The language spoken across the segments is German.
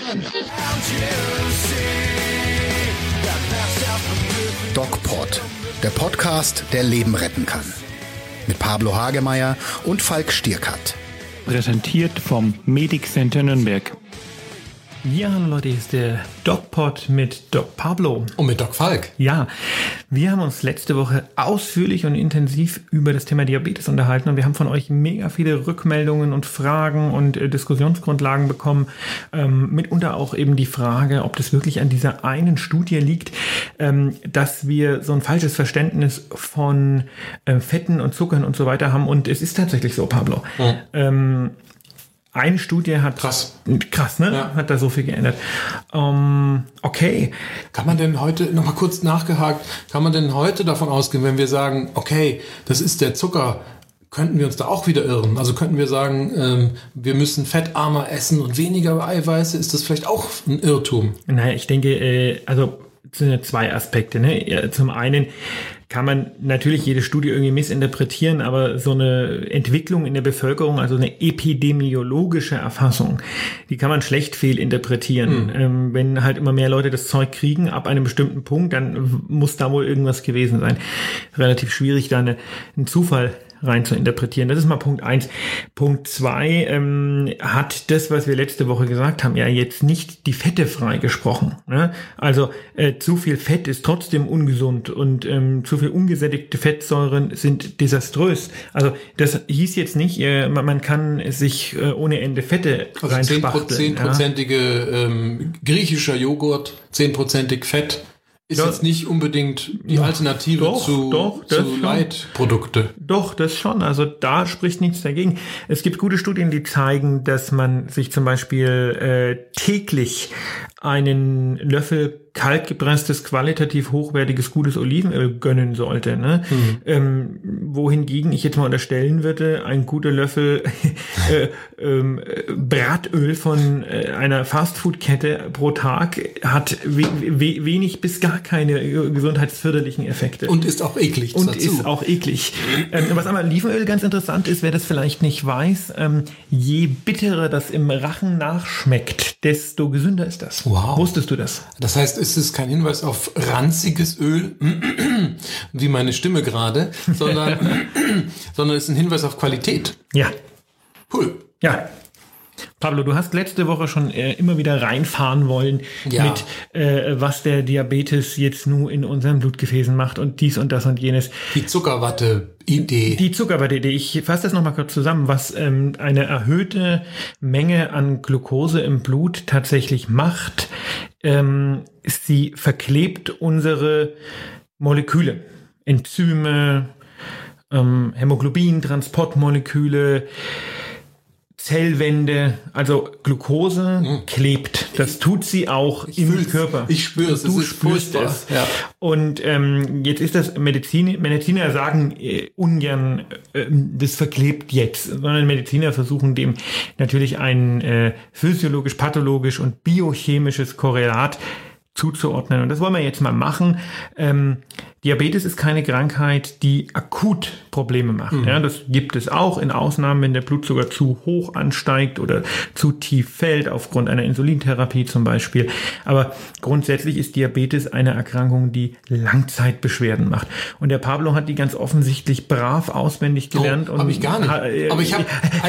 DocPod, der Podcast, der Leben retten kann. Mit Pablo Hagemeyer und Falk Stierkat. Präsentiert vom Medic Center Nürnberg. Ja, hallo Leute, hier ist der DocPod mit Doc Pablo. Und mit Doc Falk. Ja, wir haben uns letzte Woche ausführlich und intensiv über das Thema Diabetes unterhalten und wir haben von euch mega viele Rückmeldungen und Fragen und Diskussionsgrundlagen bekommen. Mitunter auch eben die Frage, ob das wirklich an dieser einen Studie liegt, dass wir so ein falsches Verständnis von Fetten und Zuckern und so weiter haben. Und es ist tatsächlich so, Pablo. Ja. Eine Studie hat... Krass, ne? Ja. Hat da so viel geändert. Okay. Kann man denn heute, nochmal kurz nachgehakt, kann man denn heute davon ausgehen, wenn wir sagen, okay, das ist der Zucker, könnten wir uns da auch wieder irren? Also könnten wir sagen, wir müssen fettarmer essen und weniger Eiweiße? Ist das vielleicht auch ein Irrtum? Naja, ich denke, also es sind ja zwei Aspekte. Ne? Zum einen kann man natürlich jede Studie irgendwie missinterpretieren, aber so eine Entwicklung in der Bevölkerung, also eine epidemiologische Erfassung, die kann man schlecht fehlinterpretieren. Wenn halt immer mehr Leute das Zeug kriegen, ab einem bestimmten Punkt, dann muss da wohl irgendwas gewesen sein. Relativ schwierig, da einen Zufall rein zu interpretieren. Das ist mal Punkt 1. Punkt 2 hat das, was wir letzte Woche gesagt haben, ja jetzt nicht die Fette freigesprochen. Ne? Also zu viel Fett ist trotzdem ungesund und zu viel ungesättigte Fettsäuren sind desaströs. Also das hieß jetzt nicht, man kann sich ohne Ende Fette reinspachteln. 10%ige griechischer Joghurt, 10%ig Fett. Ist jetzt nicht unbedingt die Alternative zu Leitprodukte. Doch, das schon. Also da spricht nichts dagegen. Es gibt gute Studien, die zeigen, dass man sich zum Beispiel täglich einen Löffel kaltgepresstes, qualitativ hochwertiges, gutes Olivenöl gönnen sollte. Ne? Wohingegen ich jetzt mal unterstellen würde, ein guter Löffel Bratöl von einer Fastfood-Kette pro Tag hat wenig bis gar keine gesundheitsförderlichen Effekte. Und ist auch eklig dazu. Ist auch eklig. Was aber Olivenöl ganz interessant ist, wer das vielleicht nicht weiß, je bitterer das im Rachen nachschmeckt, desto gesünder ist das. Wow. Wusstest du das? Das heißt, es ist kein Hinweis auf ranziges Öl, wie meine Stimme gerade, sondern es ist ein Hinweis auf Qualität. Ja. Cool. Ja. Pablo, du hast letzte Woche schon immer wieder reinfahren wollen mit, was der Diabetes jetzt nur in unseren Blutgefäßen macht und dies und das und jenes. Die Zuckerwatte-Idee. Ich fasse das nochmal kurz zusammen, was eine erhöhte Menge an Glucose im Blut tatsächlich macht. Sie verklebt unsere Moleküle, Enzyme, Hämoglobin, Transportmoleküle, Zellwände, also Glucose klebt. Das tut sie auch im Körper. Ich spüre es, du spürst es. Ja. Und jetzt ist das Mediziner sagen ungern, das verklebt jetzt, sondern Mediziner versuchen dem natürlich ein physiologisch, pathologisch und biochemisches Korrelat zuzuordnen. Und das wollen wir jetzt mal machen. Diabetes ist keine Krankheit, die akut Probleme macht. Ja, das gibt es auch in Ausnahmen, wenn der Blutzucker zu hoch ansteigt oder zu tief fällt, aufgrund einer Insulintherapie zum Beispiel. Aber grundsätzlich ist Diabetes eine Erkrankung, die Langzeitbeschwerden macht. Und der Pablo hat die ganz offensichtlich brav auswendig gelernt. Habe ich gar nicht. Aber ich habe...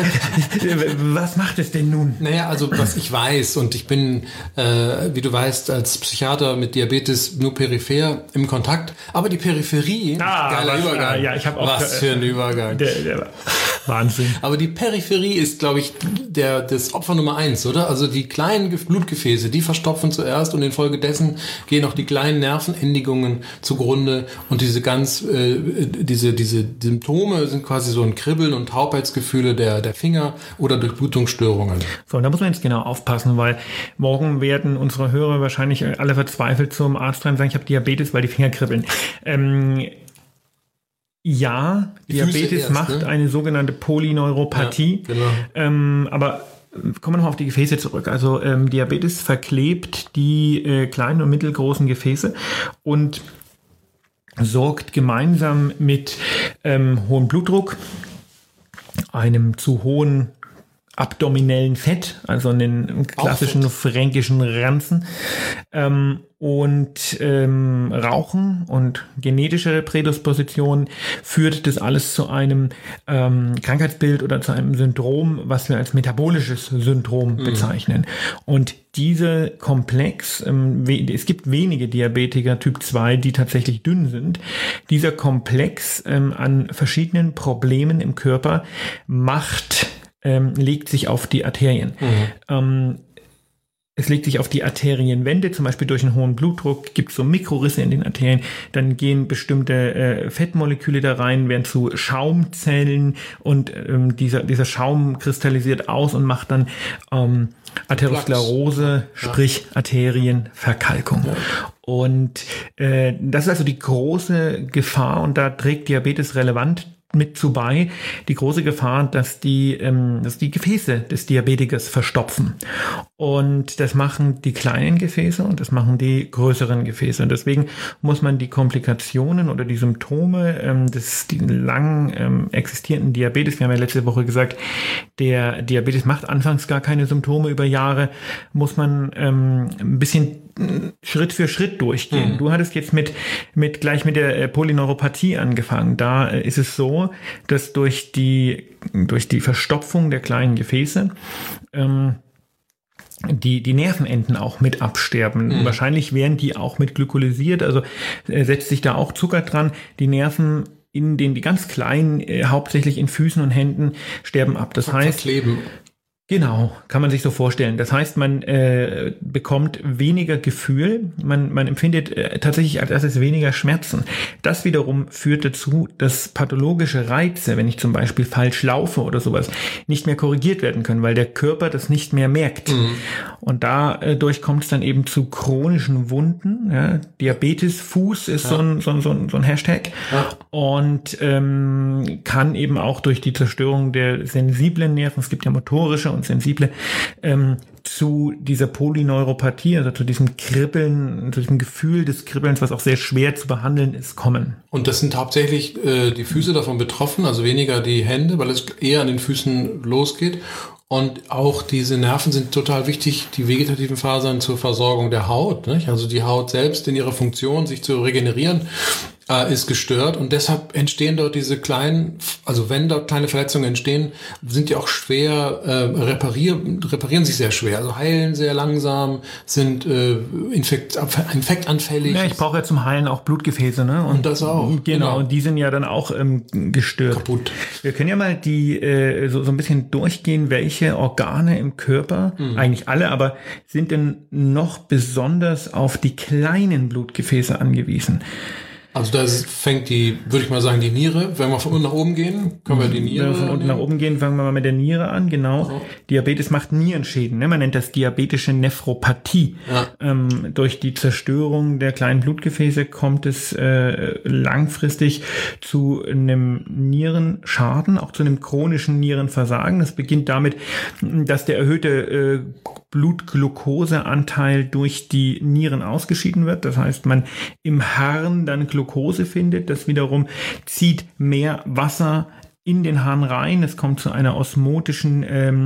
Was macht es denn nun? Naja, also was ich weiß, und ich bin, wie du weißt, als Psychiater mit Diabetes nur peripher im Kontakt. Aber die Peripherie, geiler Übergang. Ja, ich habe auch. Was für ein Übergang. Der Wahnsinn. Aber die Peripherie ist, glaube ich, das Opfer Nummer 1, oder? Also die kleinen Blutgefäße, die verstopfen zuerst und infolgedessen gehen auch die kleinen Nervenendigungen zugrunde und diese diese Symptome sind quasi so ein Kribbeln und Taubheitsgefühle der Finger oder Durchblutungsstörungen. So, und da muss man jetzt genau aufpassen, weil morgen werden unsere Hörer wahrscheinlich alle verzweifelt zum Arzt rein und sagen, ich habe Diabetes, weil die Finger kribbeln. Ja, Diabetes macht eine sogenannte Polyneuropathie. Ja, genau. Aber kommen wir noch auf die Gefäße zurück. Also Diabetes verklebt die kleinen und mittelgroßen Gefäße und sorgt gemeinsam mit hohem Blutdruck, einem zu hohen abdominellen Fett, also einen klassischen fränkischen Ranzen, und Rauchen und genetische Prädisposition führt das alles zu einem Krankheitsbild oder zu einem Syndrom, was wir als metabolisches Syndrom bezeichnen. Und diese Komplex, es gibt wenige Diabetiker Typ 2, die tatsächlich dünn sind. Dieser Komplex an verschiedenen Problemen im Körper legt sich auf die Arterien. Es legt sich auf die Arterienwände, zum Beispiel durch einen hohen Blutdruck, gibt es so Mikrorisse in den Arterien, dann gehen bestimmte Fettmoleküle da rein, werden zu Schaumzellen und dieser Schaum kristallisiert aus und macht dann Arteriosklerose, sprich Arterienverkalkung. Ja. Und das ist also die große Gefahr, und da trägt Diabetes relevant mit zu bei, die große Gefahr, dass die Gefäße des Diabetikers verstopfen. Und das machen die kleinen Gefäße und das machen die größeren Gefäße. Und deswegen muss man die Komplikationen oder die Symptome des lang existierenden Diabetes, wir haben ja letzte Woche gesagt, der Diabetes macht anfangs gar keine Symptome über Jahre, muss man ein bisschen Schritt für Schritt durchgehen. Du hattest jetzt gleich mit der Polyneuropathie angefangen. Da ist es so, dass durch die Verstopfung der kleinen Gefäße die Nervenenden auch mit absterben. Wahrscheinlich werden die auch mit glykolysiert, also setzt sich da auch Zucker dran. Die Nerven die ganz kleinen, hauptsächlich in Füßen und Händen, sterben ab. Das heißt, verkleben. Genau, kann man sich so vorstellen. Das heißt, man bekommt weniger Gefühl, man empfindet tatsächlich als erstes weniger Schmerzen. Das wiederum führt dazu, dass pathologische Reize, wenn ich zum Beispiel falsch laufe oder sowas, nicht mehr korrigiert werden können, weil der Körper das nicht mehr merkt. Und dadurch kommt es dann eben zu chronischen Wunden. Ja? Diabetes-Fuß ist so ein Hashtag. Ja. Und kann eben auch durch die Zerstörung der sensiblen Nerven, es gibt ja motorische und sensible, zu dieser Polyneuropathie, also zu diesem Kribbeln, zu diesem Gefühl des Kribbelns, was auch sehr schwer zu behandeln ist, kommen. Und das sind hauptsächlich die Füße davon betroffen, also weniger die Hände, weil es eher an den Füßen losgeht. Und auch diese Nerven sind total wichtig, die vegetativen Fasern zur Versorgung der Haut, nicht? Also die Haut selbst in ihrer Funktion, sich zu regenerieren, ist gestört, und deshalb entstehen dort diese kleinen, also wenn dort kleine Verletzungen entstehen, sind die auch schwer, reparieren sich sehr schwer, also heilen sehr langsam, sind infektanfällig. Ja, ich brauche ja zum Heilen auch Blutgefäße, ne? Und das auch. Genau, und die sind ja dann auch gestört. Kaputt. Wir können ja mal so ein bisschen durchgehen, welche Organe im Körper, eigentlich alle, aber sind denn noch besonders auf die kleinen Blutgefäße angewiesen? Also da fängt würde ich mal sagen, die Niere. Wenn wir von unten nach oben gehen, können wir die Niere. Wenn wir von unten nach oben gehen, fangen wir mal mit der Niere an, genau. Also. Diabetes macht Nierenschäden, ne? Man nennt das diabetische Nephropathie. Ja. Durch die Zerstörung der kleinen Blutgefäße kommt es langfristig zu einem Nierenschaden, auch zu einem chronischen Nierenversagen. Das beginnt damit, dass der erhöhte Blutglukoseanteil durch die Nieren ausgeschieden wird. Das heißt, man im Harn dann Glucose findet. Das wiederum zieht mehr Wasser in den Harn rein. Es kommt zu einer osmotischen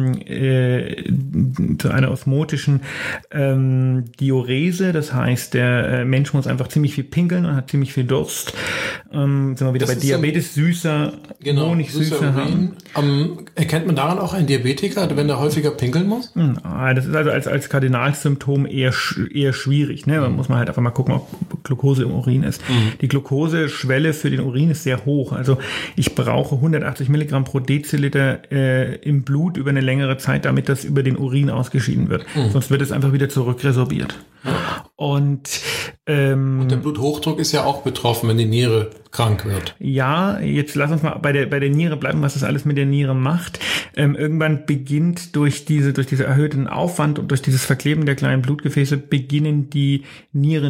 Diurese. Das heißt, der Mensch muss einfach ziemlich viel pinkeln und hat ziemlich viel Durst. Sind wir wieder bei Diabetes, Honigsüßer haben. Erkennt man daran auch einen Diabetiker, wenn der häufiger pinkeln muss? Das ist also als Kardinalsymptom eher schwierig. Ne? Da muss man halt einfach mal gucken, ob Glucose im Urin ist. Die Glukoseschwelle für den Urin ist sehr hoch. Also ich brauche 180 Milligramm pro Deziliter im Blut über eine längere Zeit, damit das über den Urin ausgeschieden wird. Sonst wird es einfach wieder zurückresorbiert. Und der Bluthochdruck ist ja auch betroffen, wenn die Niere krank wird. Ja, jetzt lass uns mal bei der Niere bleiben, was das alles mit der Niere macht. Irgendwann beginnt durch diesen erhöhten Aufwand und durch dieses Verkleben der kleinen Blutgefäße beginnen die Nieren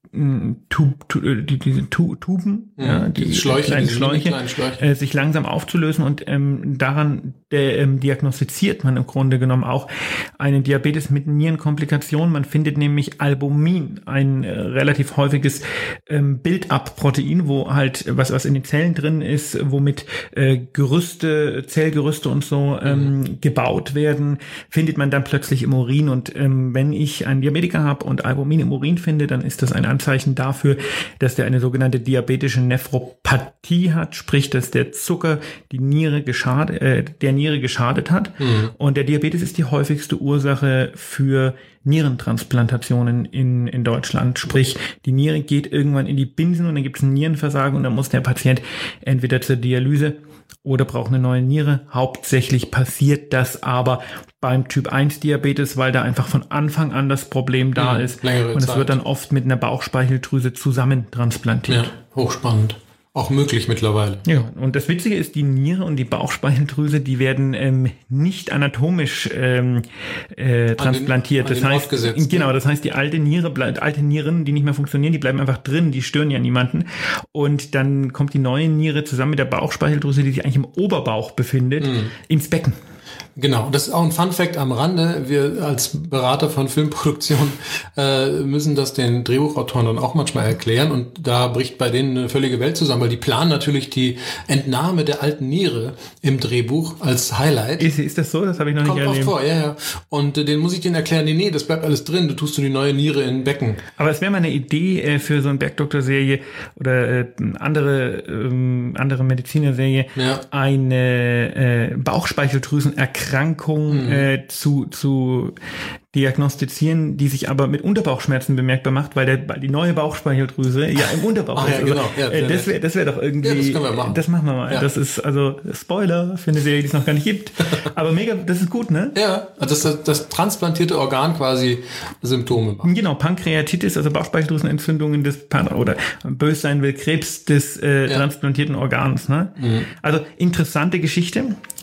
diese Tuben, die kleinen Schläuche, sich langsam aufzulösen und daran diagnostiziert man im Grunde genommen auch einen Diabetes mit Nierenkomplikationen. Man findet nämlich Albumin, ein relativ häufiges Build-up-Protein, wo halt was in den Zellen drin ist, womit Zellgerüste und so gebaut werden, findet man dann plötzlich im Urin. Und wenn ich einen Diabetiker habe und Albumin im Urin finde, dann ist das ein Anzeichen dafür, dass der eine sogenannte diabetische Nephropathie hat, sprich, dass der Zucker der Niere geschadet hat. Und der Diabetes ist die häufigste Ursache für Nierentransplantationen in Deutschland. Sprich, die Niere geht irgendwann in die Binsen und dann gibt es ein Nierenversagen und dann muss der Patient entweder zur Dialyse oder braucht eine neue Niere. Hauptsächlich passiert das aber beim Typ-1-Diabetes, weil da einfach von Anfang an das Problem da ist. Und es wird dann oft mit einer Bauchspeicheldrüse zusammen transplantiert. Ja, hochspannend. Auch möglich mittlerweile. Ja, und das Witzige ist, die Niere und die Bauchspeicheldrüse, die werden nicht anatomisch transplantiert. Das heißt, genau, das heißt, die alte Nieren, die nicht mehr funktionieren, die bleiben einfach drin, die stören ja niemanden. Und dann kommt die neue Niere zusammen mit der Bauchspeicheldrüse, die sich eigentlich im Oberbauch befindet, ins Becken. Genau, das ist auch ein Fun-Fact am Rande. Wir als Berater von Filmproduktion müssen das den Drehbuchautoren dann auch manchmal erklären und da bricht bei denen eine völlige Welt zusammen, weil die planen natürlich die Entnahme der alten Niere im Drehbuch als Highlight. Ist das so? Das habe ich noch nicht erlebt. Kommt oft vor, ja. Und den muss ich denen erklären, nee, das bleibt alles drin, du tust die neue Niere in Becken. Aber es wäre mal eine Idee für so eine Bergdoktor-Serie oder andere Mediziner-Serie, eine Bauchspeicheldrüsenerkrankung zu diagnostizieren, die sich aber mit Unterbauchschmerzen bemerkbar macht, weil die neue Bauchspeicheldrüse ja im Unterbauch ist. Ja, genau. Das wäre doch irgendwie. Ja, das können wir machen. Das machen wir mal. Ja. Das ist also Spoiler für eine Serie, die es noch gar nicht gibt. Aber mega, das ist gut, ne? Ja, das transplantierte Organ quasi Symptome macht. Genau, Pankreatitis, also Bauchspeicheldrüsenentzündungen oder bös sein will, Krebs des transplantierten Organs. Ne? Also interessante Geschichte.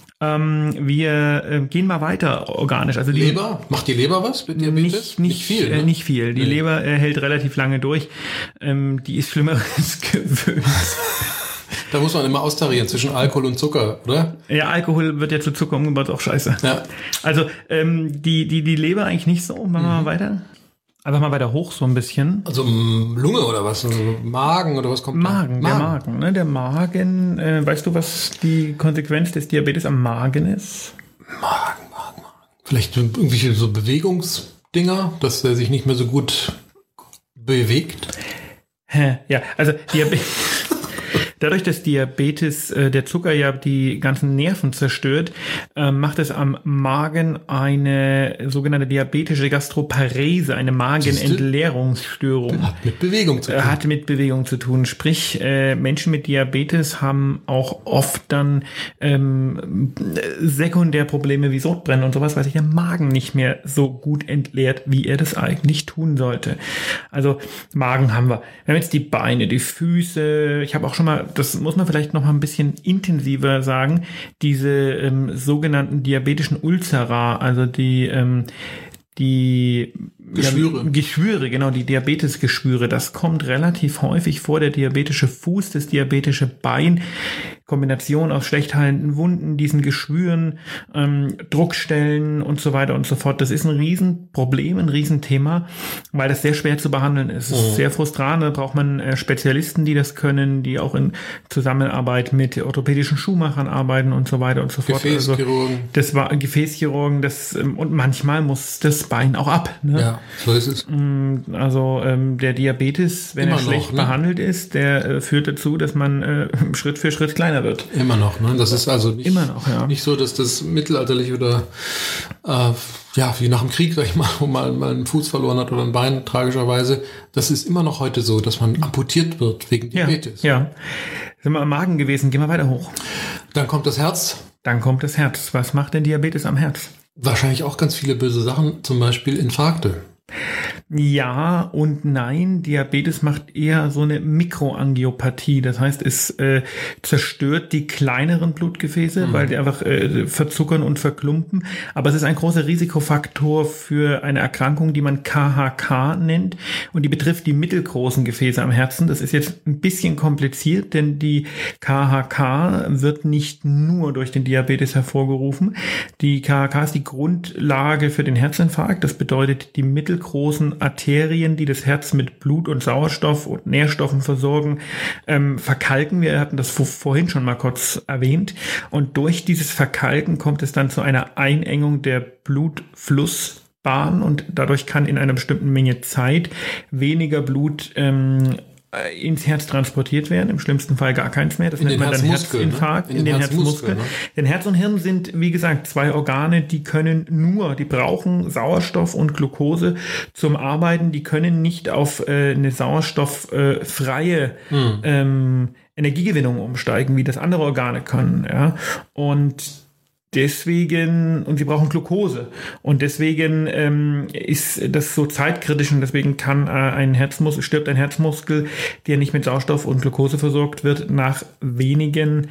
Wir gehen mal weiter organisch. Also die Leber? Macht die Leber was mit Diabetes? Nicht viel. Ne? Nicht viel. Die Leber hält relativ lange durch. Die ist Schlimmeres gewöhnt. Da muss man immer austarieren zwischen Alkohol und Zucker, oder? Ja, Alkohol wird ja zu Zucker umgebaut, ist auch scheiße. Ja. Also die Leber eigentlich nicht so. Machen wir mal weiter. Einfach mal weiter hoch so ein bisschen. Also Lunge oder was? Also Magen oder was kommt da? Der Magen. Ne? Der Magen, weißt du, was die Konsequenz des Diabetes am Magen ist? Magen. Vielleicht irgendwelche so Bewegungsdinger, dass er sich nicht mehr so gut bewegt? Ja, also Dadurch, dass Diabetes, der Zucker ja die ganzen Nerven zerstört, macht es am Magen eine sogenannte diabetische Gastroparese, eine Magenentleerungsstörung. Hat mit Bewegung zu tun. Sprich, Menschen mit Diabetes haben auch oft dann Sekundärprobleme wie Sodbrennen und sowas, weil sich der Magen nicht mehr so gut entleert, wie er das eigentlich tun sollte. Also Magen haben wir. Wir haben jetzt die Beine, die Füße. Ich habe auch schon mal, das muss man vielleicht noch mal ein bisschen intensiver sagen, diese sogenannten diabetischen Ulcera, also die Geschwüre, genau, die Diabetesgeschwüre, das kommt relativ häufig vor, der diabetische Fuß, das diabetische Bein, Kombination aus schlecht heilenden Wunden, diesen Geschwüren, Druckstellen und so weiter und so fort. Das ist ein Riesenproblem, ein Riesenthema, weil das sehr schwer zu behandeln ist. Es ist sehr frustrierend, da braucht man Spezialisten, die das können, die auch in Zusammenarbeit mit orthopädischen Schuhmachern arbeiten und so weiter und so fort. Gefäßchirurgen. Das war Gefäßchirurgen, und manchmal muss das Bein auch ab. Ne? Ja, so ist es. Also der Diabetes, wenn er schlecht behandelt ist, der führt dazu, dass man Schritt für Schritt kleiner wird. Immer noch, ne? Das ist also nicht, immer noch, ja. Nicht so, dass das mittelalterlich oder wie nach dem Krieg, sag ich mal, wo man mal einen Fuß verloren hat oder ein Bein, tragischerweise. Das ist immer noch heute so, dass man amputiert wird wegen Diabetes. Ja. Sind wir am Magen gewesen, gehen wir weiter hoch. Dann kommt das Herz. Was macht denn Diabetes am Herz? Wahrscheinlich auch ganz viele böse Sachen, zum Beispiel Infarkte. Ja und nein. Diabetes macht eher so eine Mikroangiopathie. Das heißt, es zerstört die kleineren Blutgefäße, weil die einfach verzuckern und verklumpen. Aber es ist ein großer Risikofaktor für eine Erkrankung, die man KHK nennt. Und die betrifft die mittelgroßen Gefäße am Herzen. Das ist jetzt ein bisschen kompliziert, denn die KHK wird nicht nur durch den Diabetes hervorgerufen. Die KHK ist die Grundlage für den Herzinfarkt. Das bedeutet, die mittelgroßen Arterien, die das Herz mit Blut und Sauerstoff und Nährstoffen versorgen, verkalken. Wir hatten das vorhin schon mal kurz erwähnt. Und durch dieses Verkalken kommt es dann zu einer Einengung der Blutflussbahn und dadurch kann in einer bestimmten Menge Zeit weniger Blut ins Herz transportiert werden, im schlimmsten Fall gar keins mehr. Das nennt man dann Herzinfarkt, in den Herzmuskel. Denn Herz und Hirn sind, wie gesagt, zwei Organe, die brauchen Sauerstoff und Glucose zum Arbeiten, die können nicht auf eine sauerstofffreie Energiegewinnung umsteigen, wie das andere Organe können. Ja? Und sie brauchen Glucose. Und deswegen ist das so zeitkritisch und deswegen kann stirbt ein Herzmuskel, der nicht mit Sauerstoff und Glucose versorgt wird, nach wenigen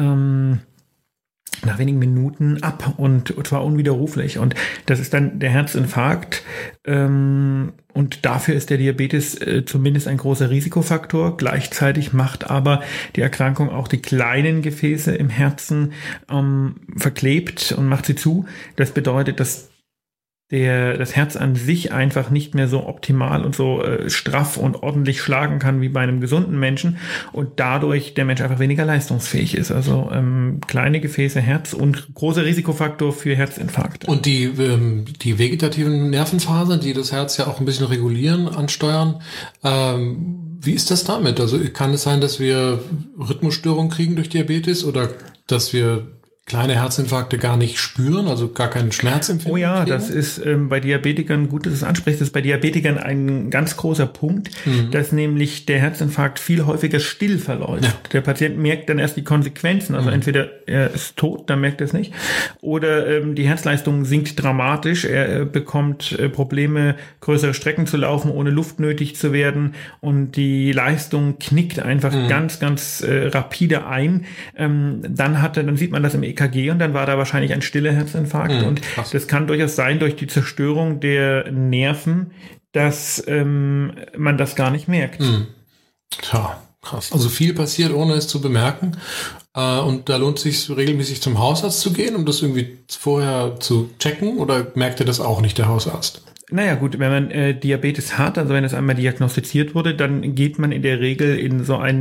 Minuten ab und zwar unwiderruflich. Und das ist dann der Herzinfarkt. Und dafür ist der Diabetes zumindest ein großer Risikofaktor. Gleichzeitig macht aber die Erkrankung auch die kleinen Gefäße im Herzen verklebt und macht sie zu. Das bedeutet, dass das Herz an sich einfach nicht mehr so optimal und so straff und ordentlich schlagen kann wie bei einem gesunden Menschen und dadurch der Mensch einfach weniger leistungsfähig ist. Also kleine Gefäße, Herz und großer Risikofaktor für Herzinfarkt. Und die vegetativen Nervenfasern, die das Herz ja auch ein bisschen regulieren, ansteuern, wie ist das damit? Also kann es sein, dass wir Rhythmusstörungen kriegen durch Diabetes oder dass wir kleine Herzinfarkte gar nicht spüren, also gar keinen Schmerz empfinden? Oh ja, das ist bei Diabetikern, gut, dass du es ansprichst, das ist bei Diabetikern ein ganz großer Punkt, dass nämlich der Herzinfarkt viel häufiger still verläuft. Ja. Der Patient merkt dann erst die Konsequenzen, also entweder er ist tot, dann merkt er es nicht, oder die Herzleistung sinkt dramatisch, er bekommt Probleme, größere Strecken zu laufen, ohne Luft nötig zu werden und die Leistung knickt einfach ganz, ganz rapide ein. Dann sieht man das im EKG und dann war da wahrscheinlich ein stiller Herzinfarkt und das kann durchaus sein durch die Zerstörung der Nerven, dass man das gar nicht merkt. Tja, krass. Also viel passiert, ohne es zu bemerken und da lohnt es sich regelmäßig zum Hausarzt zu gehen, um das irgendwie vorher zu checken oder merkt ihr das auch nicht, der Hausarzt? Naja gut, wenn man Diabetes hat, also wenn es einmal diagnostiziert wurde, dann geht man in der Regel in so ein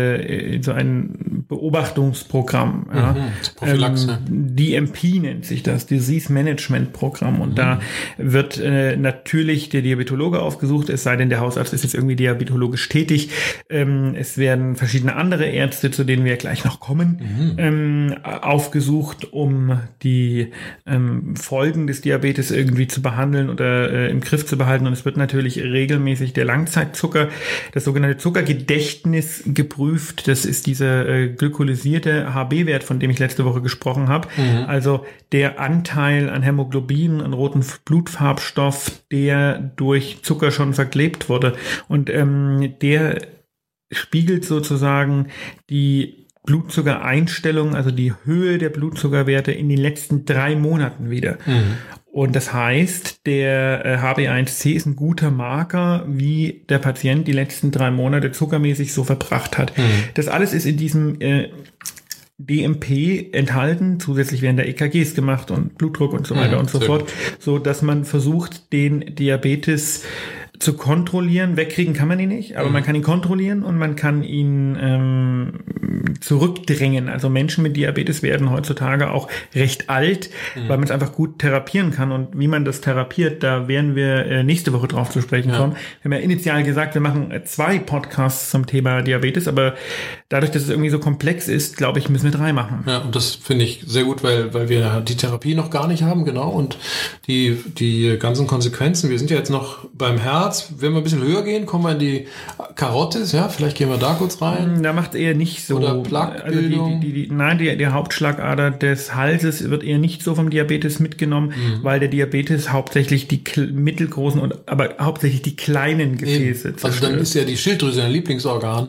Beobachtungsprogramm. Prophylaxe. DMP nennt sich das, Disease Management Programm. Und da wird natürlich der Diabetologe aufgesucht, es sei denn, der Hausarzt ist jetzt irgendwie diabetologisch tätig. Es werden verschiedene andere Ärzte, zu denen wir gleich noch kommen, aufgesucht, um die Folgen des Diabetes irgendwie zu behandeln oder im Griff zu behalten. Und es wird natürlich regelmäßig der Langzeitzucker, das sogenannte Zuckergedächtnis geprüft. Das ist dieser glykolysierte HB-Wert, von dem ich letzte Woche gesprochen habe. Also der Anteil an Hämoglobin, an roten Blutfarbstoff, der durch Zucker schon verklebt wurde. Und der spiegelt sozusagen die Blutzuckereinstellung, also die Höhe der Blutzuckerwerte in den letzten 3 Monaten wieder. Und das heißt, der HbA1c ist ein guter Marker, wie der Patient die letzten 3 Monate zuckermäßig so verbracht hat. Das alles ist in diesem DMP enthalten. Zusätzlich werden da EKGs gemacht und Blutdruck und so weiter und so fort, so dass man versucht, den Diabetes zu kontrollieren. Wegkriegen kann man ihn nicht, aber man kann ihn kontrollieren und man kann ihn zurückdrängen. Also Menschen mit Diabetes werden heutzutage auch recht alt, weil man es einfach gut therapieren kann. Und wie man das therapiert, da werden wir nächste Woche drauf zu sprechen kommen. Wir haben ja initial gesagt, wir machen 2 Podcasts zum Thema Diabetes, aber dadurch, dass es irgendwie so komplex ist, glaube ich, müssen wir 3 machen. Ja, und das finde ich sehr gut, weil wir die Therapie noch gar nicht haben, genau, und die ganzen Konsequenzen. Wir sind ja jetzt noch beim Herz Platz. Wenn wir ein bisschen höher gehen, kommen wir in die Karotis, ja, vielleicht gehen wir da kurz rein. Da macht es eher nicht so. Oder Plaquebildung. Also die Hauptschlagader des Halses wird eher nicht so vom Diabetes mitgenommen, weil der Diabetes hauptsächlich die mittelgroßen aber hauptsächlich die kleinen Gefäße zerstört. Also dann ist ja die Schilddrüse ein Lieblingsorgan.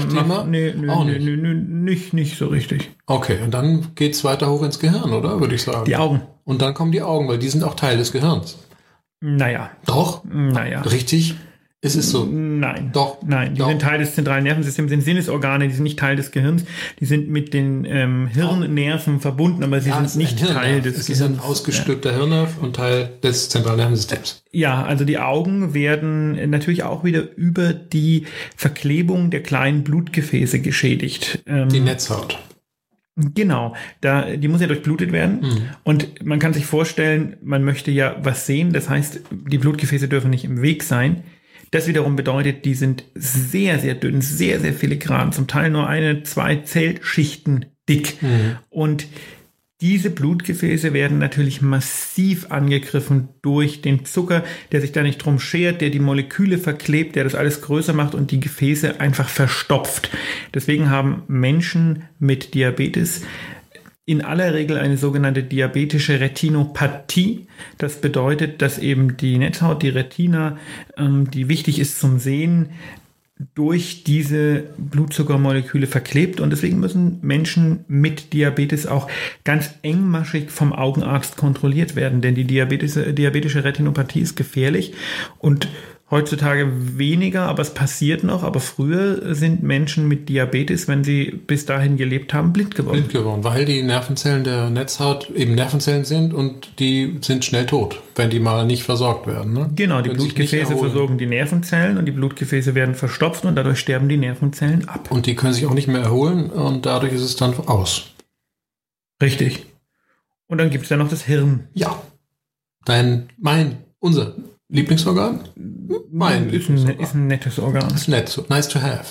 Nicht so richtig. Okay, und dann geht's weiter hoch ins Gehirn, oder? Würde ich sagen. Die Augen. Und dann kommen die Augen, weil die sind auch Teil des Gehirns. Naja. Doch? Naja. Richtig? Ist es so? Nein. Doch. Nein, die sind Teil des zentralen Nervensystems, sind Sinnesorgane, die sind nicht Teil des Gehirns. Die sind mit den Hirnnerven verbunden, aber sie sind nicht Teil des Gehirns. Es ist ein ausgestülpter Hirnnerv und Teil des zentralen Nervensystems. Ja, also die Augen werden natürlich auch wieder über die Verklebung der kleinen Blutgefäße geschädigt. Die Netzhaut. Genau, die muss ja durchblutet werden und man kann sich vorstellen, man möchte ja was sehen, das heißt, die Blutgefäße dürfen nicht im Weg sein. Das wiederum bedeutet, die sind sehr, sehr dünn, sehr, sehr filigran, zum Teil nur 1-2 Zellschichten dick. Und diese Blutgefäße werden natürlich massiv angegriffen durch den Zucker, der sich da nicht drum schert, der die Moleküle verklebt, der das alles größer macht und die Gefäße einfach verstopft. Deswegen haben Menschen mit Diabetes in aller Regel eine sogenannte diabetische Retinopathie. Das bedeutet, dass eben die Netzhaut, die Retina, die wichtig ist zum Sehen, durch diese Blutzuckermoleküle verklebt und deswegen müssen Menschen mit Diabetes auch ganz engmaschig vom Augenarzt kontrolliert werden, denn die diabetische Retinopathie ist gefährlich und heutzutage weniger, aber es passiert noch. Aber früher sind Menschen mit Diabetes, wenn sie bis dahin gelebt haben, blind geworden. Blind geworden, weil die Nervenzellen der Netzhaut eben Nervenzellen sind und die sind schnell tot, wenn die mal nicht versorgt werden. Ne? Genau, die Blutgefäße versorgen die Nervenzellen und die Blutgefäße werden verstopft und dadurch sterben die Nervenzellen ab. Und die können sich auch nicht mehr erholen und dadurch ist es dann aus. Richtig. Und dann gibt es ja noch das Hirn. Ja. Unser Lieblingsorgan? Mein Lieblingsorgan. Ist ein nettes Organ. Ist nett, so nice to have.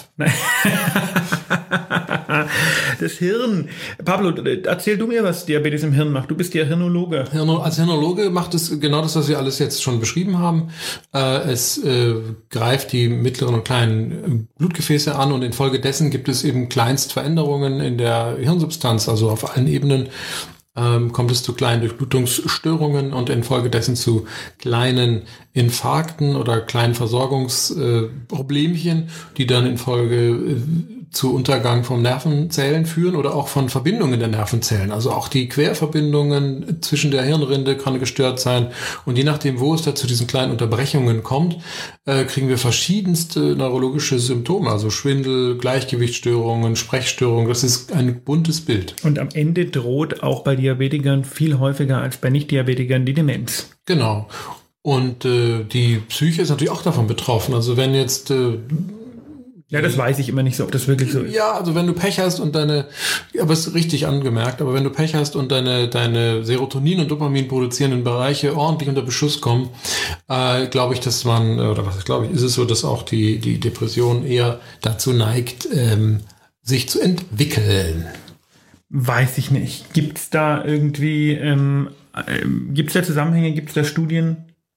Das Hirn. Pablo, erzähl du mir, was Diabetes im Hirn macht. Du bist ja Hirnologe. Als Hirnologe macht es genau das, was wir alles jetzt schon beschrieben haben. Es greift die mittleren und kleinen Blutgefäße an und infolgedessen gibt es eben Kleinstveränderungen in der Hirnsubstanz, also auf allen Ebenen. Kommt es zu kleinen Durchblutungsstörungen und infolgedessen zu kleinen Infarkten oder kleinen Versorgungsproblemchen, die dann infolge zu Untergang von Nervenzellen führen oder auch von Verbindungen der Nervenzellen. Also auch die Querverbindungen zwischen der Hirnrinde kann gestört sein. Und je nachdem, wo es da zu diesen kleinen Unterbrechungen kommt, kriegen wir verschiedenste neurologische Symptome. Also Schwindel, Gleichgewichtsstörungen, Sprechstörungen. Das ist ein buntes Bild. Und am Ende droht auch bei Diabetikern viel häufiger als bei Nicht-Diabetikern die Demenz. Genau. Und die Psyche ist natürlich auch davon betroffen. Also wenn jetzt ja, das weiß ich immer nicht so, ob das wirklich so ist. Ja, also wenn du Pech hast und aber es ist richtig angemerkt, aber wenn du Pech hast und deine Serotonin- und Dopamin produzierenden Bereiche ordentlich unter Beschuss kommen, glaube ich, dass ist es so, dass auch die Depression eher dazu neigt, sich zu entwickeln. Weiß ich nicht. Gibt's da irgendwie, gibt's da Zusammenhänge, gibt's da Studien?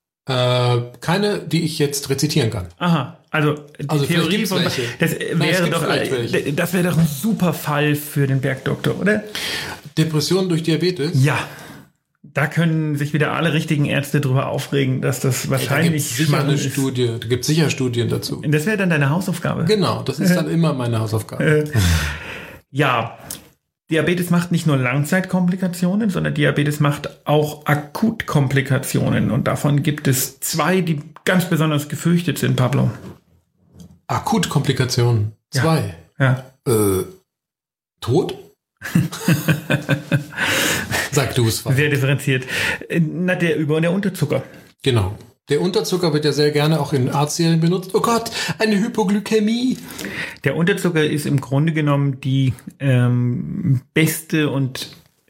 Keine, die ich jetzt rezitieren kann. Aha. Also die Theorie von das wäre doch ein super Fall für den Bergdoktor, oder? Depression durch Diabetes? Ja. Da können sich wieder alle richtigen Ärzte drüber aufregen, dass das wahrscheinlich Da gibt es sicher Studien dazu. Das wäre dann deine Hausaufgabe. Genau, das ist dann immer meine Hausaufgabe. Ja. Diabetes macht nicht nur Langzeitkomplikationen, sondern Diabetes macht auch Akutkomplikationen. Und davon gibt es 2, die ganz besonders gefürchtet sind, Pablo. Akutkomplikationen? 2? Ja. Tod? Sag du es. Sehr differenziert. Der Über- und der Unterzucker. Genau. Der Unterzucker wird ja sehr gerne auch in Arztserien benutzt. Oh Gott, eine Hypoglykämie. Der Unterzucker ist im Grunde genommen die beste und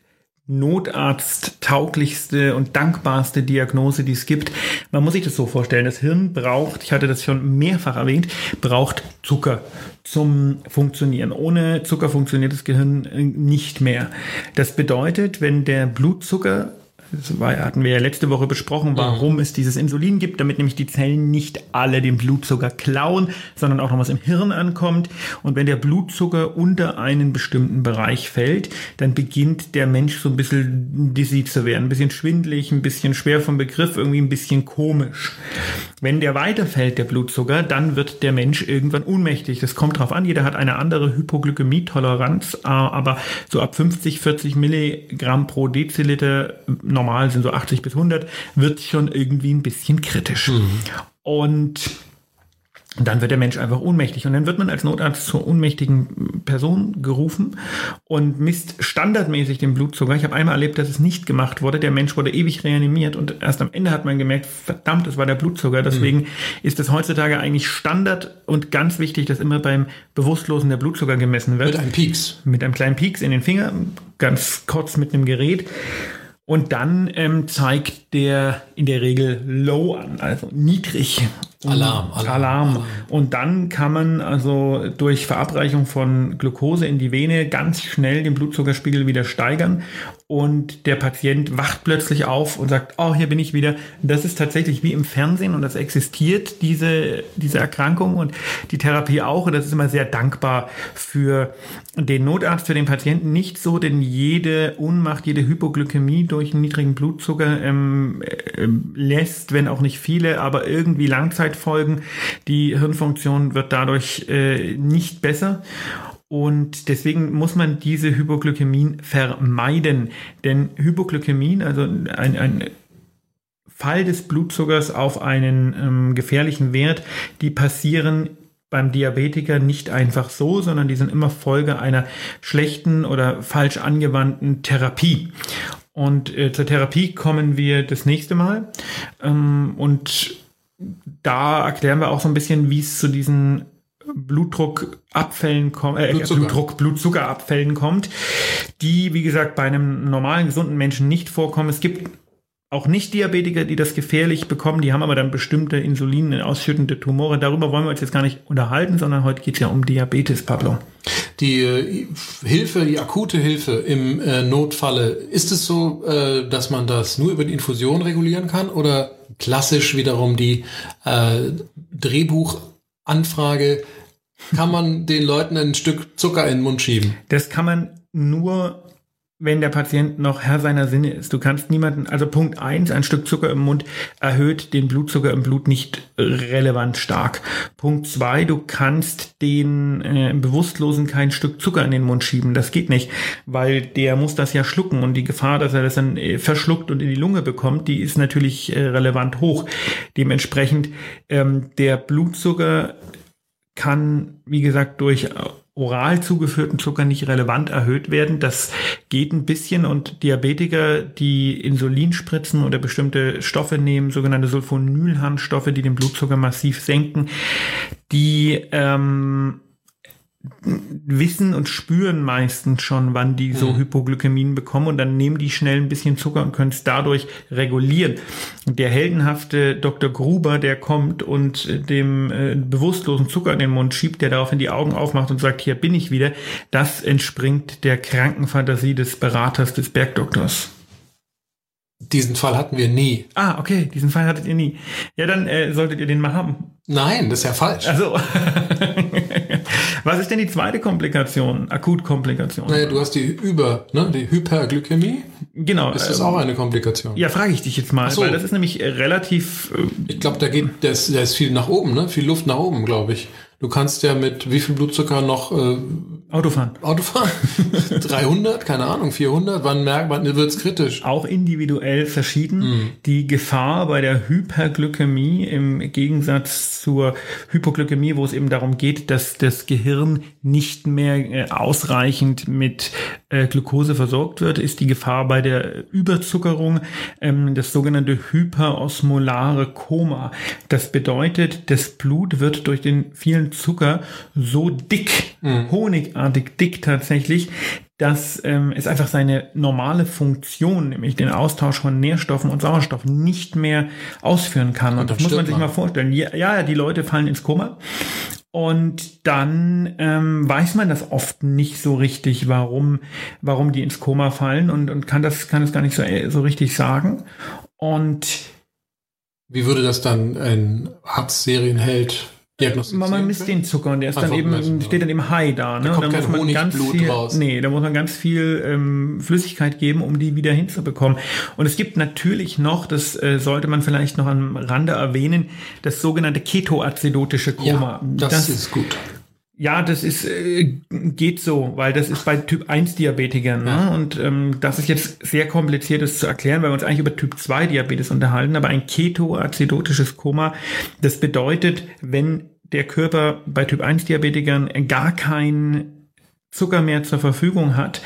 notarzttauglichste und dankbarste Diagnose, die es gibt. Man muss sich das so vorstellen, das Hirn braucht, ich hatte das schon mehrfach erwähnt, braucht Zucker zum Funktionieren. Ohne Zucker funktioniert das Gehirn nicht mehr. Das bedeutet, wenn der Blutzucker hatten wir ja letzte Woche besprochen, warum es dieses Insulin gibt, damit nämlich die Zellen nicht alle den Blutzucker klauen, sondern auch noch was im Hirn ankommt. Und wenn der Blutzucker unter einen bestimmten Bereich fällt, dann beginnt der Mensch so ein bisschen dizzy zu werden, ein bisschen schwindelig, ein bisschen schwer vom Begriff, irgendwie ein bisschen komisch. Wenn der weiterfällt, der Blutzucker, dann wird der Mensch irgendwann ohnmächtig. Das kommt drauf an, jeder hat eine andere Hypoglykämie-Toleranz, aber so ab 50, 40 Milligramm pro Deziliter, normal sind so 80 bis 100, wird schon irgendwie ein bisschen kritisch. Und dann wird der Mensch einfach ohnmächtig. Und dann wird man als Notarzt zur ohnmächtigen Person gerufen und misst standardmäßig den Blutzucker. Ich habe einmal erlebt, dass es nicht gemacht wurde. Der Mensch wurde ewig reanimiert und erst am Ende hat man gemerkt, verdammt, das war der Blutzucker. Deswegen ist es heutzutage eigentlich Standard und ganz wichtig, dass immer beim Bewusstlosen der Blutzucker gemessen wird. Mit einem Pieks. Mit einem kleinen Pieks in den Finger, ganz kurz mit einem Gerät. Und dann zeigt der in der Regel Low an, also niedrig. Alarm. Und dann kann man also durch Verabreichung von Glucose in die Vene ganz schnell den Blutzuckerspiegel wieder steigern und der Patient wacht plötzlich auf und sagt, oh, hier bin ich wieder. Das ist tatsächlich wie im Fernsehen und das existiert, diese Erkrankung und die Therapie auch. Und das ist immer sehr dankbar für den Notarzt, für den Patienten nicht so, denn jede Ohnmacht, jede Hypoglykämie durch einen niedrigen Blutzucker lässt, wenn auch nicht viele, aber irgendwie Langzeitfolgen. Die Hirnfunktion wird dadurch nicht besser. Und deswegen muss man diese Hypoglykämien vermeiden. Denn Hypoglykämien, also ein Fall des Blutzuckers auf einen gefährlichen Wert, die passieren beim Diabetiker nicht einfach so, sondern die sind immer Folge einer schlechten oder falsch angewandten Therapie. Und zur Therapie kommen wir das nächste Mal. Und da erklären wir auch so ein bisschen, wie es zu diesen Blutzuckerabfällen kommt, die, wie gesagt, bei einem normalen, gesunden Menschen nicht vorkommen. Es gibt auch Nicht-Diabetiker, die das gefährlich bekommen, die haben aber dann bestimmte Insulin ausschüttende Tumore. Darüber wollen wir uns jetzt gar nicht unterhalten, sondern heute geht es ja um Diabetes, Pablo. Die akute Hilfe im Notfalle, ist es so, dass man das nur über die Infusion regulieren kann oder klassisch wiederum die Drehbuchanfrage, kann man den Leuten ein Stück Zucker in den Mund schieben? Das kann man nur, wenn der Patient noch Herr seiner Sinne ist. Du kannst niemanden, also Punkt 1, ein Stück Zucker im Mund erhöht den Blutzucker im Blut nicht relevant stark. Punkt 2, du kannst den Bewusstlosen kein Stück Zucker in den Mund schieben. Das geht nicht, weil der muss das ja schlucken und die Gefahr, dass er das dann verschluckt und in die Lunge bekommt, die ist natürlich relevant hoch. Dementsprechend der Blutzucker kann, wie gesagt, durch oral zugeführten Zucker nicht relevant erhöht werden. Das geht ein bisschen und Diabetiker, die Insulin spritzen oder bestimmte Stoffe nehmen, sogenannte Sulfonylharnstoffe, die den Blutzucker massiv senken, die wissen und spüren meistens schon, wann die so Hypoglykämien bekommen und dann nehmen die schnell ein bisschen Zucker und können es dadurch regulieren. Der heldenhafte Dr. Gruber, der kommt und dem bewusstlosen Zucker in den Mund schiebt, der daraufhin die Augen aufmacht und sagt, hier bin ich wieder, das entspringt der kranken Fantasie des Beraters, des Bergdoktors. Diesen Fall hatten wir nie. Ah, okay, diesen Fall hattet ihr nie. Ja, dann solltet ihr den mal haben. Nein, das ist ja falsch. Also, was ist denn die zweite Komplikation, Akutkomplikation? Naja, du hast die Hyperglykämie. Genau. Ist das auch eine Komplikation? Ja, frage ich dich jetzt mal, weil das ist nämlich relativ... ich glaube, da ist viel nach oben, ne? Viel Luft nach oben, glaube ich. Du kannst ja mit wie viel Blutzucker noch Autofahren. 300, keine Ahnung, 400. Wann wird's kritisch? Auch individuell verschieden. Die Gefahr bei der Hyperglykämie im Gegensatz zur Hypoglykämie, wo es eben darum geht, dass das Gehirn nicht mehr ausreichend mit Glucose versorgt wird, ist die Gefahr bei der Überzuckerung das sogenannte hyperosmolare Koma. Das bedeutet, das Blut wird durch den vielen Zucker so dick, honigartig dick tatsächlich, dass es einfach seine normale Funktion, nämlich den Austausch von Nährstoffen und Sauerstoff, nicht mehr ausführen kann. Und das muss man sich mal vorstellen. Ja, die Leute fallen ins Koma. Und dann weiß man das oft nicht so richtig, warum die ins Koma fallen und kann es gar nicht so richtig sagen. Und wie würde das dann ein Arztserienheld diagnostizieren? Man misst den Zucker und der ist dann eben, steht dann eben high da. Ne? Da kommt kein Honigblut raus. Nee, da muss man ganz viel Flüssigkeit geben, um die wieder hinzubekommen. Und es gibt natürlich noch, das sollte man vielleicht noch am Rande erwähnen, das sogenannte ketoacidotische Koma. Ja, das ist gut. Ja, das ist geht so, weil das ist bei Typ 1 Diabetikern. Ne? Ja. Und das ist jetzt sehr kompliziert, das zu erklären, weil wir uns eigentlich über Typ 2 Diabetes unterhalten. Aber ein ketoacidotisches Koma, das bedeutet, wenn der Körper bei Typ 1 Diabetikern gar keinen Zucker mehr zur Verfügung hat,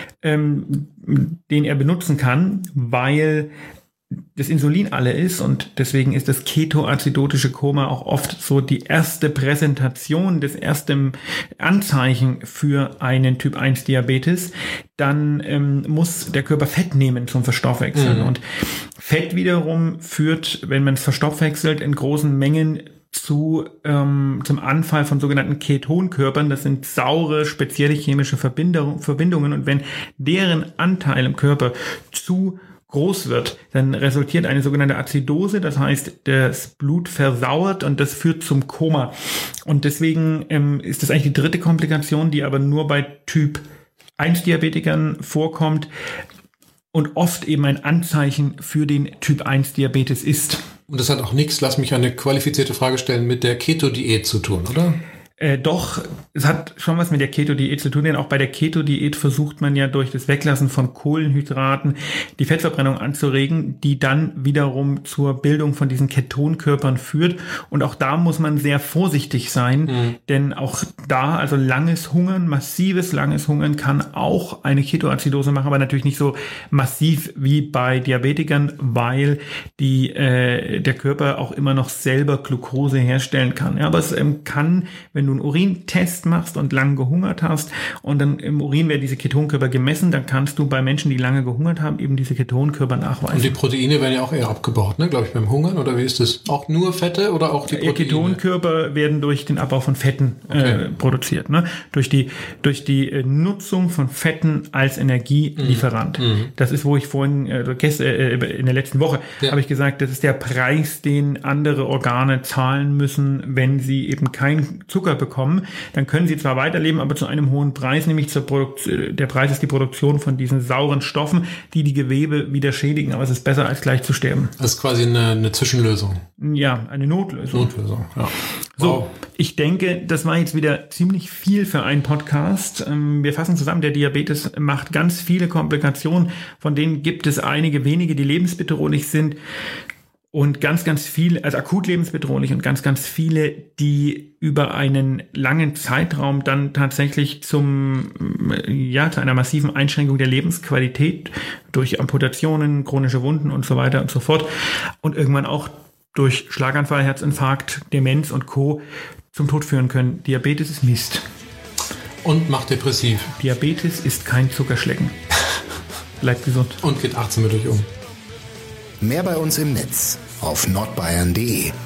den er benutzen kann, weil das Insulin alle ist, und deswegen ist das ketoacidotische Koma auch oft so die erste Präsentation, das erste Anzeichen für einen Typ 1 Diabetes, dann muss der Körper Fett nehmen zum Verstoffwechseln. Und Fett wiederum führt, wenn man es verstoffwechselt, in großen Mengen zum Anfall von sogenannten Ketonkörpern. Das sind saure, spezielle chemische Verbindungen, und wenn deren Anteil im Körper zu groß wird, dann resultiert eine sogenannte Azidose, das heißt, das Blut versauert und das führt zum Koma. Und deswegen ist das eigentlich die dritte Komplikation, die aber nur bei Typ 1 Diabetikern vorkommt und oft eben ein Anzeichen für den Typ 1 Diabetes ist. Und das hat auch nichts, lass mich eine qualifizierte Frage stellen, mit der Keto-Diät zu tun, oder? Doch, es hat schon was mit der Keto-Diät zu tun, denn auch bei der Keto-Diät versucht man ja durch das Weglassen von Kohlenhydraten die Fettverbrennung anzuregen, die dann wiederum zur Bildung von diesen Ketonkörpern führt. Und auch da muss man sehr vorsichtig sein, denn auch da, also langes Hungern, massives langes Hungern kann auch eine Ketoacidose machen, aber natürlich nicht so massiv wie bei Diabetikern, weil der Körper auch immer noch selber Glucose herstellen kann. Ja, aber es kann, wenn du einen Urintest machst und lang gehungert hast und dann im Urin werden diese Ketonkörper gemessen, dann kannst du bei Menschen, die lange gehungert haben, eben diese Ketonkörper nachweisen. Und die Proteine werden ja auch eher abgebaut, ne? Glaube ich, beim Hungern, oder wie ist das? Auch nur Fette oder auch die Proteine? Ketonkörper werden durch den Abbau von Fetten produziert, ne? Durch die Nutzung von Fetten als Energielieferant. Das ist, wo ich vorhin in der letzten Woche habe ich gesagt, das ist der Preis, den andere Organe zahlen müssen, wenn sie eben keinen Zucker bekommen. Dann können sie zwar weiterleben, aber zu einem hohen Preis, nämlich der Preis ist die Produktion von diesen sauren Stoffen, die Gewebe wieder schädigen, aber es ist besser, als gleich zu sterben. Das ist quasi eine Zwischenlösung. Ja, eine Notlösung. Ja. So, wow. Ich denke, das war jetzt wieder ziemlich viel für einen Podcast. Wir fassen zusammen, der Diabetes macht ganz viele Komplikationen, von denen gibt es einige wenige, die lebensbedrohlich sind. Und ganz, ganz viele, also akut lebensbedrohlich, und ganz, ganz viele, die über einen langen Zeitraum dann tatsächlich zu einer massiven Einschränkung der Lebensqualität durch Amputationen, chronische Wunden und so weiter und so fort und irgendwann auch durch Schlaganfall, Herzinfarkt, Demenz und Co. zum Tod führen können. Diabetes ist Mist. Und macht depressiv. Diabetes ist kein Zuckerschlecken. Bleibt gesund. Und geht achtsam mit euch um. Mehr bei uns im Netz auf nordbayern.de.